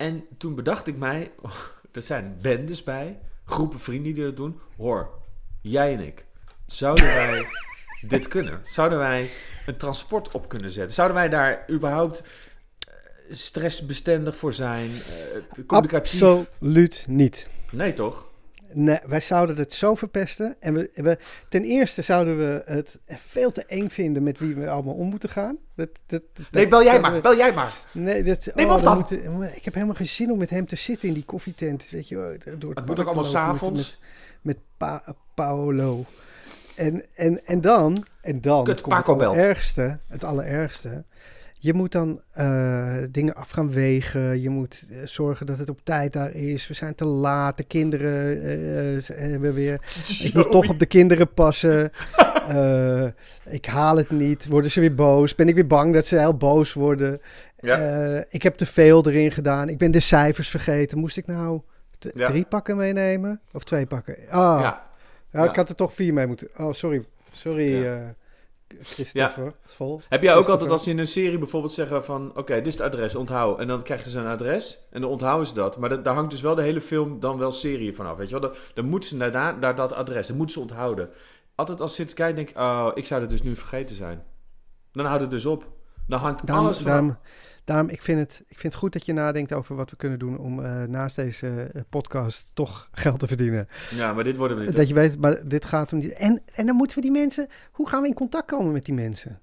En toen bedacht ik mij, er zijn bendes bij, groepen vrienden die dat doen. Hoor, jij en ik, zouden wij dit kunnen? Zouden wij een transport op kunnen zetten? Zouden wij daar überhaupt stressbestendig voor zijn? Uh, communicatief?
Absoluut niet.
Nee, toch?
Nee, wij zouden het zo verpesten. En we, we, ten eerste zouden we het veel te eng vinden met wie we allemaal om moeten gaan. Dat, dat, dat,
nee, bel jij maar.
We,
bel jij maar.
Nee, dat,
Neem
oh,
op dan.
Moeten, ik heb helemaal geen zin om met hem te zitten in die koffietent. Weet je, door het,
het moet ook allemaal s'avonds.
Met, met pa, Paolo. En, en, en dan, en dan
Kut,
komt het allerergste. Het allerergste. Je moet dan uh, dingen af gaan wegen. Je moet uh, zorgen dat het op tijd daar is. We zijn te laat. De kinderen uh, hebben weer... Joey. Ik moet toch op de kinderen passen. uh, ik haal het niet. Worden ze weer boos? Ben ik weer bang dat ze heel boos worden? Ja. Uh, ik heb te veel erin gedaan. Ik ben de cijfers vergeten. Moest ik nou t- ja. drie pakken meenemen? Of twee pakken? Ah, ja. Ja, ja. Ik had er toch vier mee moeten... Oh, sorry. Sorry... Ja. Uh, Christopher, ja. Vol.
Heb jij ook altijd als je in een serie bijvoorbeeld zeggen van... Oké, okay, dit is het adres, onthoud. En dan krijgen ze een adres en dan onthouden ze dat. Maar dat, daar hangt dus wel de hele film dan wel serie vanaf. Weet je wel? Dan, dan moeten ze naar, naar dat adres, dan moeten ze onthouden. Altijd als je zit te kijken, denk ik... Oh, ik zou het dus nu vergeten zijn. Dan houdt het dus op. Dan hangt
daarom,
alles van...
Daarom, daarom ik, vind het, ik vind het goed dat je nadenkt over wat we kunnen doen... om uh, naast deze uh, podcast toch geld te verdienen.
Ja, maar dit worden we niet.
Dat je weet, maar dit gaat om... Die, en, en dan moeten we die mensen... Hoe gaan we in contact komen met die mensen?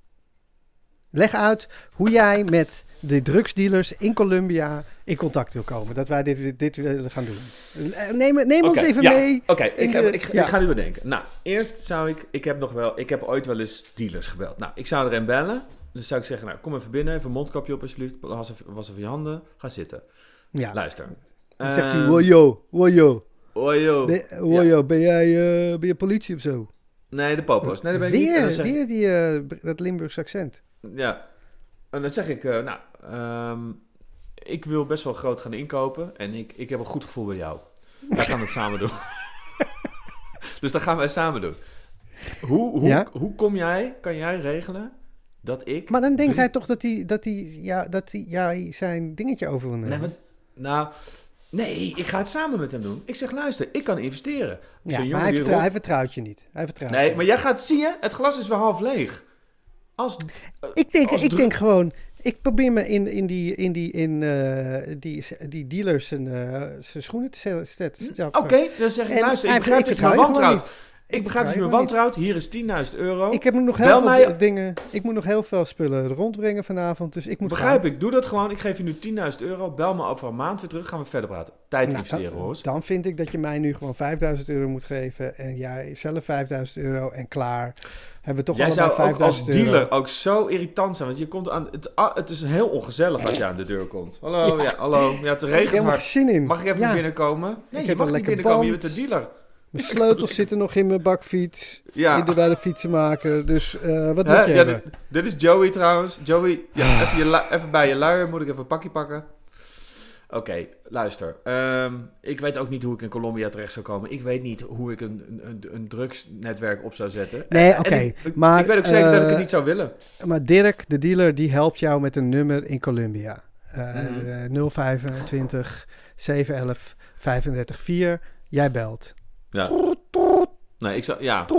Leg uit hoe jij met de drugsdealers in Colombia in contact wil komen. Dat wij dit, dit, dit willen gaan doen. Neem, neem ons
okay,
even
ja,
mee.
Oké, okay, ik, ik, ik, ja. ik ga nu bedenken. Nou, eerst zou ik... Ik heb nog wel... Ik heb ooit wel eens dealers gebeld. Nou, ik zou er een bellen... Dus zou ik zeggen, nou, kom even binnen, even een mondkapje op alsjeblieft. Was even, was even je handen, ga zitten.
Ja.
Luister.
Dan uh, zegt hij, wojo, wojo.
Wojo.
Ben, wojo, ja. ben jij uh, ben je politie of zo?
Nee, de popo's. Nee, dat ben ik
weer,
niet.
Weer die, uh, dat Limburgse accent.
Ja. En dan zeg ik, uh, nou, um, ik wil best wel groot gaan inkopen. En ik, ik heb een goed gevoel bij jou. Wij gaan het samen doen. Dus dat gaan wij samen doen. Hoe, hoe, ja? hoe kom jij, kan jij regelen... Dat ik...
Maar dan denkt drie... hij toch dat hij, dat hij, ja, dat hij ja, zijn dingetje over wil nemen.
Nee, maar, nou, nee, ik ga het samen met hem doen. Ik zeg, luister, ik kan investeren.
Ja, maar hij, vertrouw, hij vertrouwt je niet. Hij vertrouwt
nee,
je.
maar jij gaat, zie je, het glas is weer half leeg. Als,
uh, ik denk, als ik dru- denk gewoon, ik probeer me in, in die, in die, in uh, die, die dealers zijn, uh, zijn schoenen te zetten.
Oké, okay, dan zeg ik, en luister, ik begrijp dat je me wantrouwt. Ik, ik begrijp dat je me wantrouwt. Hier is tienduizend euro.
Ik heb nog heel Bel veel mij... dingen. Ik moet nog heel veel spullen rondbrengen vanavond. Dus ik moet
Begrijp
gaan.
ik. Doe dat gewoon. Ik geef je nu tienduizend euro. Bel me over een maand weer terug. Gaan we verder praten. Tijd nou, investeren, hoor.
Dan vind ik dat je mij nu gewoon vijfduizend euro moet geven. En jij zelf vijfduizend euro en klaar. Hebben we toch
jij
allebei
zou
vijfduizend
ook als dealer
euro.
ook zo irritant zijn. Want je komt aan... Het, het is heel ongezellig als je aan de deur komt. Hallo, ja, ja hallo. Ja, het regent hard.
Zin in.
Mag ik even ja. binnenkomen? Nee,
ik
je mag niet binnenkomen. Je bent de dealer.
Mijn sleutels zitten nog in mijn bakfiets. Ja. In de bij de fietsen maken. Dus uh, wat moet je
ja,
hebben?
Dit, dit is Joey trouwens. Joey, ja, even, je lu- even bij je luier. Moet ik even een pakje pakken. Oké, okay, luister. Um, ik weet ook niet hoe ik in Colombia terecht zou komen. Ik weet niet hoe ik een, een, een drugsnetwerk op zou zetten.
Nee, oké. Okay, maar
ik weet ook zeker uh, dat ik het niet zou willen.
Maar Dirk, de dealer, die helpt jou met een nummer in Colombia. Uh, mm-hmm. nul vijfentwintig zevenhonderdellef vijfendertig vier. Jij belt.
Ja. Nee, ik zou... Ja.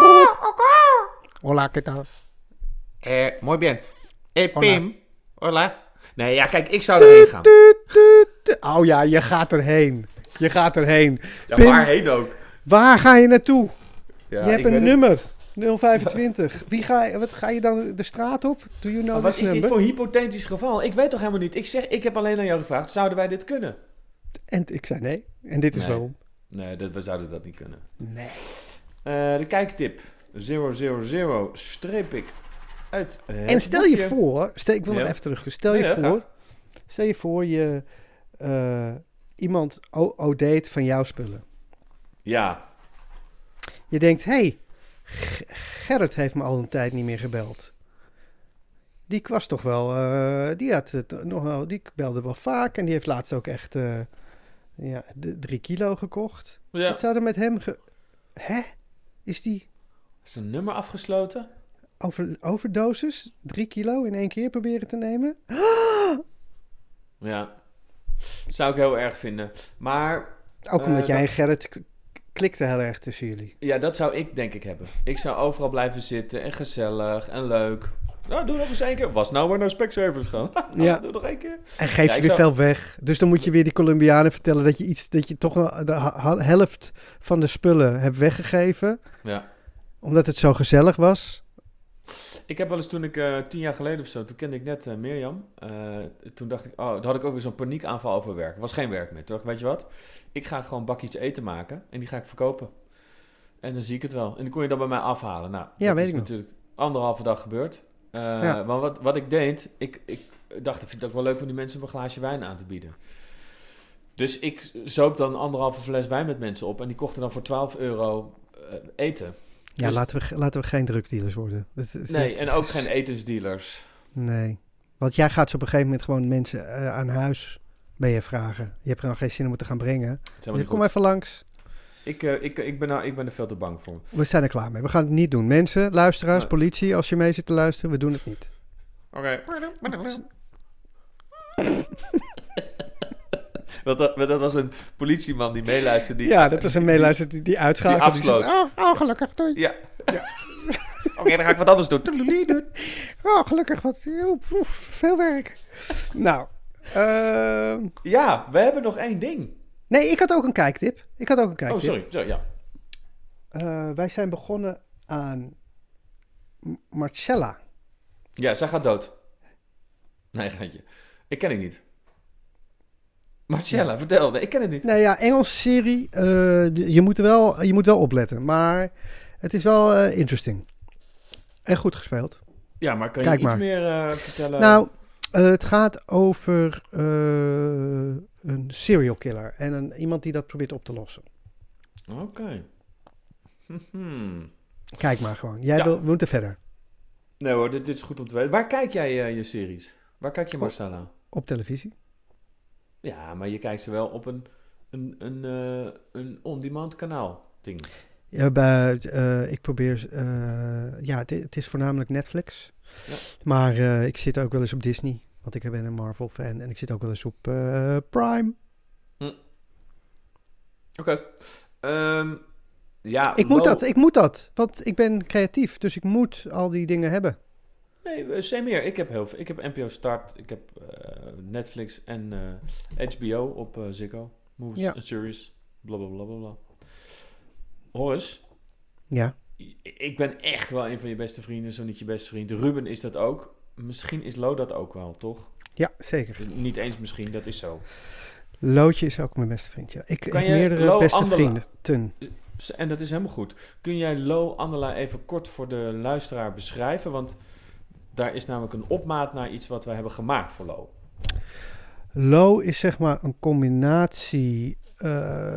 Hola, ¿qué tal?
Eh, muy bien. Eh, Pim. Hola. Nee, ja, kijk, ik zou erheen gaan.
Oh ja, je gaat erheen. Je gaat erheen.
Ja, Pim, waarheen ook?
Waar ga je naartoe?
Ja,
je hebt een nummer. nul vijfentwintig. Wie ga je, wat, ga je dan de straat op? Do you know
wat
this
is
number?
dit voor hypothetisch geval? Ik weet toch helemaal niet. Ik zeg, ik heb alleen aan jou gevraagd, zouden wij dit kunnen?
En ik zei nee. En dit is
nee.
waarom.
Nee, dat, we zouden dat niet kunnen.
Nee.
Uh, de kijktip. zero zero zero streep ik uit.
En stel je voor, stel, ik wil ja. nog even terug. Stel je ja, voor, ga. stel je voor je uh, iemand o-date van jouw spullen.
Ja.
Je denkt, hé, hey, G- Gerrit heeft me al een tijd niet meer gebeld. Die was toch wel, uh, die had het nog wel, die belde wel vaak en die heeft laatst ook echt uh, ja, de, drie kilo gekocht. Ja. Wat zou er met hem ge... Hè? Is die...
Is een nummer afgesloten?
Over, overdosis? Drie kilo in één keer proberen te nemen?
Ja. Zou ik heel erg vinden. Maar...
Ook omdat
uh,
jij en
dat...
Gerrit k- klikte heel erg tussen jullie.
Ja, dat zou ik denk ik hebben. Ik zou overal blijven zitten en gezellig en leuk. Nou, doe nog eens één keer. Was nou maar naar Specsavers gaan.
Ja.
Doe nog één keer.
En geef
Ja,
je
ik
weer
zou-
veel weg. Dus dan moet je weer die Colombianen vertellen dat je iets, dat je toch wel de ha- helft van de spullen hebt weggegeven.
Ja.
Omdat het zo gezellig was.
Ik heb wel eens toen ik uh, tien jaar geleden of zo, toen kende ik net uh, Mirjam. Uh, toen dacht ik, oh, toen had ik ook weer zo'n paniekaanval over werk. Was geen werk meer. Toen dacht ik, weet je wat? Ik ga gewoon bakjes eten maken en die ga ik verkopen. En dan zie ik het wel. En die kon je dan bij mij afhalen. Nou,
Ja,
dat
weet
is
ik nog.
natuurlijk anderhalve dag gebeurd. Uh,
Ja.
Maar wat, wat ik deed, ik, ik dacht, ik vind het ook wel leuk om die mensen een glaasje wijn aan te bieden. Dus ik zoop dan anderhalve fles wijn met mensen op en die kochten dan voor twaalf euro uh, eten.
Ja,
Dus-
laten, we, laten we geen drugdealers worden. Dat is-
Nee,
dat
en ook
is-
geen etensdealers.
Nee. Want jij gaat ze op een gegeven moment gewoon mensen uh, aan huis bij je vragen. Je hebt gewoon geen zin om het te gaan brengen.
Het is helemaal
Dus
niet
kom
goed.
even langs.
Ik, uh, ik, ik, ben nou, ik ben er veel te bang voor.
We zijn er klaar mee. We gaan het niet doen. Mensen, luisteraars,
Nee.
politie, als je mee zit te luisteren, we doen het niet.
Oké. Want dat, want dat was een politieman die meeluisterde. Die,
Ja, dat was een
die-
meeluister die, die uitschakelde.
die afsloot.
zegt, oh, oh, gelukkig. Doei.
Ja. ja. Oké, dan ga ik wat anders doen. Toedeloelie doen.
Oh, gelukkig. Wat oh, poef, veel werk. Nou. ehm,
Ja, we hebben nog één ding.
nee, ik had ook een kijktip. Ik had ook een kijktip.
Oh, sorry. Zo, ja.
Eh, wij zijn begonnen aan M- Marcella.
Ja, zij gaat dood. Nee, geintje. Ik ken het niet. Marcella, vertel. Nee, ik ken het niet.
Nou ja, Engelse serie. eh, de- je, moet er wel, je moet wel opletten. Maar het is wel eh, interesting. En goed gespeeld.
Ja, maar kan
Kijk
je iets
maar.
meer uh, vertellen?
Nou, uh, het gaat over uh, een serial killer. En een, iemand die dat probeert op te lossen.
Oké. Okay. Hmm.
Kijk maar gewoon. Jij
Ja.
wil, we moeten verder.
Nee hoor, dit, dit is goed om te weten. Waar kijk jij uh, je series? Waar kijk je Marcella?
Op televisie.
Ja, maar je kijkt ze wel op een, een, een, uh, een on-demand kanaal ding.
Ja, bij, uh, ik probeer... Uh, ja, het, het is voornamelijk Netflix.
Ja.
Maar uh, ik zit ook wel eens op Disney. Want ik ben een Marvel fan. En ik zit ook wel eens op uh, Prime.
Hm. Oké. Okay. Um, ja,
ik moet
wel...
dat, ik moet dat. Want ik ben creatief. Dus ik moet al die dingen hebben.
Nee, same meer. Ik heb heel veel. Ik heb N P O Start. Ik heb uh, Netflix en uh, H B O op uh, Ziggo. Movies
Ja.
en series. Blablabla. Bla, bla, bla. Horace.
Ja.
Ik ben echt wel een van je beste vrienden, zo niet je beste vriend. Ruben is dat ook. Misschien is Lo dat ook wel, toch?
Ja, zeker.
Niet eens misschien, dat is zo.
Lootje is ook mijn beste vriend, ja. Ik
Kan
heb
je
meerdere
Lo
beste
Andela-
vrienden. Ten.
En dat is helemaal goed. Kun jij Lo Andela even kort voor de luisteraar beschrijven? Want daar is namelijk een opmaat naar iets wat wij hebben gemaakt voor Lo.
Lo is zeg maar een combinatie... Uh,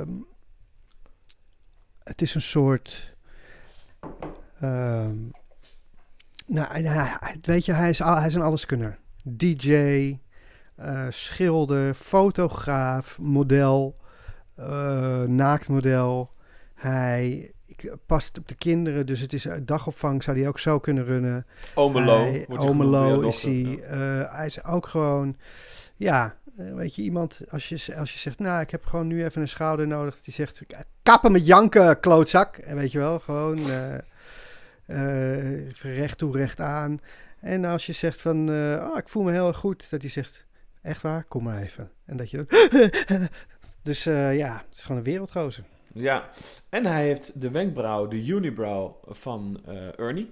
het is een soort... Uh, nou, nou, weet je, hij is, al, hij is een alleskunner. D J, uh, schilder, fotograaf, model, uh, naaktmodel. Hij past op de kinderen, dus het is dagopvang, zou hij ook zo kunnen runnen.
Omelo.
Omelo is hij. Ja. Uh, hij is ook gewoon, ja, uh, weet je, iemand, als je, als je zegt, nou, ik heb gewoon nu even een schouder nodig. Die zegt, kappen met janken, klootzak. En weet je wel, gewoon uh, uh, recht toe, recht aan. En als je zegt van, uh, oh, ik voel me heel erg goed. Dat hij zegt, echt waar, kom maar even. En dat je dan... dus uh, ja, het is gewoon een wereldgozer.
Ja, en hij heeft de wenkbrauw, de unibrow van uh, Ernie.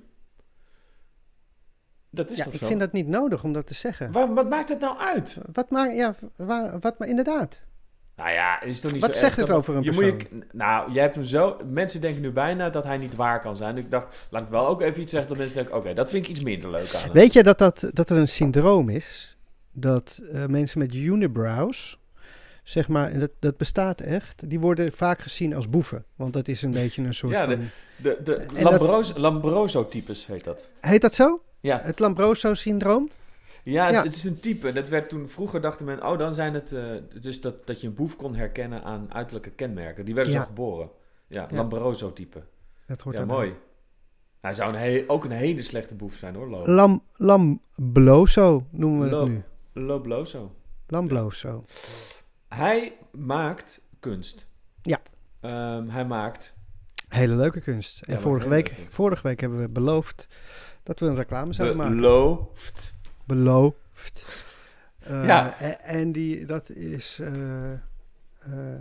Dat is
ja,
toch
ik
zo?
vind dat niet nodig om dat te zeggen.
Waar, wat maakt het nou uit?
Wat maakt, ja, waar, wat maar inderdaad.
Nou ja, het is toch niet
wat
zo
zegt
erg
het over een
je
persoon?
Moet je, nou, jij hebt hem zo... Mensen denken nu bijna dat hij niet waar kan zijn. Dus ik dacht, laat ik wel ook even iets zeggen dat mensen denken... Oké, okay, dat vind ik iets minder leuk aan hem.
Weet je dat, dat, dat er een syndroom is? Dat uh, mensen met unibrows... Zeg maar, en dat, dat bestaat echt. Die worden vaak gezien als boeven. Want dat is een beetje een soort
ja, de,
van...
de, de, de Lambroso, Lambroso-types heet dat.
Heet dat zo?
Ja.
Het Lambroso-syndroom?
Ja, het,
ja,
het is een type. Dat werd toen... Vroeger dachten men... Oh, dan zijn het... Uh, dus dat, dat je een boef kon herkennen aan uiterlijke kenmerken. Die werden
ja.
zo geboren. Ja,
ja.
Lambroso-type.
Dat hoort
ja, mooi. Aan. Hij zou een he- ook een hele slechte boef zijn, hoor. Lo.
Lam, Lambloso noemen we
Lo,
het nu.
Lobloso.
Lambloso.
hij maakt kunst.
Ja.
Um, hij maakt...
Hele leuke kunst. En
Ja,
vorige,
wat
week,
hele leuke.
vorige week hebben we beloofd dat we een reclame zouden maken.
Beloofd.
Beloofd. Uh,
Ja.
En, en die, dat is, uh, uh,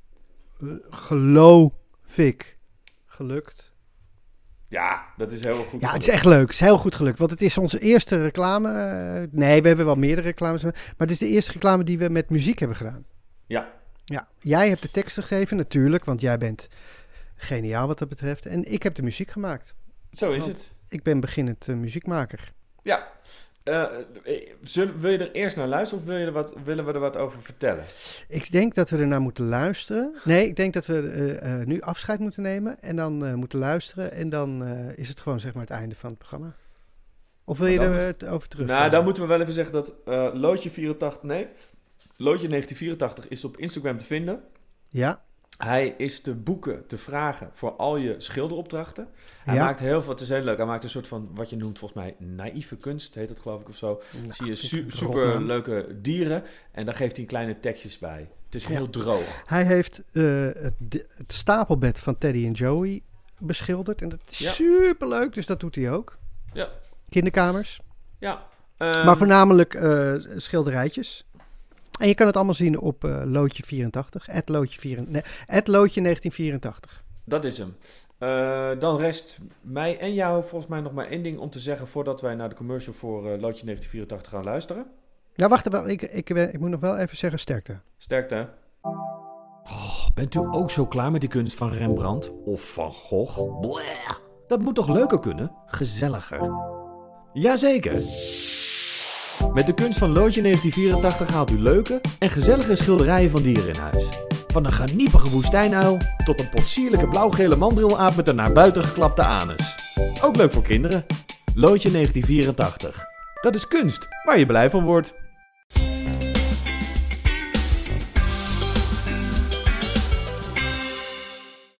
geloof ik, gelukt.
Ja, dat is heel goed.
Ja, het is echt leuk. Het is heel goed gelukt. Want het is onze eerste reclame. Uh, nee, we hebben wel meerdere reclames. Maar het is de eerste reclame die we met muziek hebben gedaan.
Ja.
Ja, jij hebt de teksten gegeven natuurlijk. Want jij bent geniaal wat dat betreft. En ik heb de muziek gemaakt.
Zo is
Want
het.
Ik ben beginnend uh, muziekmaker.
Ja. Uh, zullen, wil je er eerst naar luisteren of wil je er wat, willen we er wat over vertellen?
Ik denk dat we ernaar moeten luisteren. Nee, ik denk dat we uh, uh, nu afscheid moeten nemen en dan uh, moeten luisteren. En dan uh, is het gewoon zeg maar het einde van het programma. Of wil je er het over terug?
Nou, dan moeten we wel even zeggen dat uh, Loodje vierentachtig, nee, Loodje negentien vierentachtig is op Instagram te vinden.
Ja.
Hij is te boeken, te vragen voor al je schilderopdrachten. Hij
ja.
maakt heel veel, het is heel leuk. Hij maakt een soort van, wat je noemt volgens mij, naïeve kunst, heet het geloof ik of zo. Nou, zie je su- super leuke dieren en daar geeft hij kleine tekstjes bij. Het is heel ja. droog.
Hij heeft uh, het, het stapelbed van Teddy en Joey beschilderd en dat is ja. super leuk, dus dat doet hij ook.
Ja.
Kinderkamers.
Ja.
Um, maar voornamelijk uh, schilderijtjes. En je kan het allemaal zien op uh, Loodje vierentachtig. at Loodje vierentachtig. Nee, at Loodje negentien vierentachtig.
Dat is hem. Uh, dan rest mij en jou volgens mij nog maar één ding om te zeggen voordat wij naar de commercial voor uh, Loodje negentien vierentachtig gaan luisteren.
Nou, wacht even. Ik, ik, ik, ik moet nog wel even zeggen sterkte.
Sterkte.
Oh, bent u ook zo klaar met die kunst van Rembrandt? Of van Gogh? Bleh. Dat moet toch leuker kunnen? Gezelliger. Jazeker. Met de kunst van Loodje negentien vierentachtig haalt u leuke en gezellige schilderijen van dieren in huis. Van een geniepige woestijnuil tot een potsierlijke blauwgele mandrilaap met een naar buiten geklapte anus. Ook leuk voor kinderen. Loodje negentien vierentachtig. Dat is kunst waar je blij van wordt.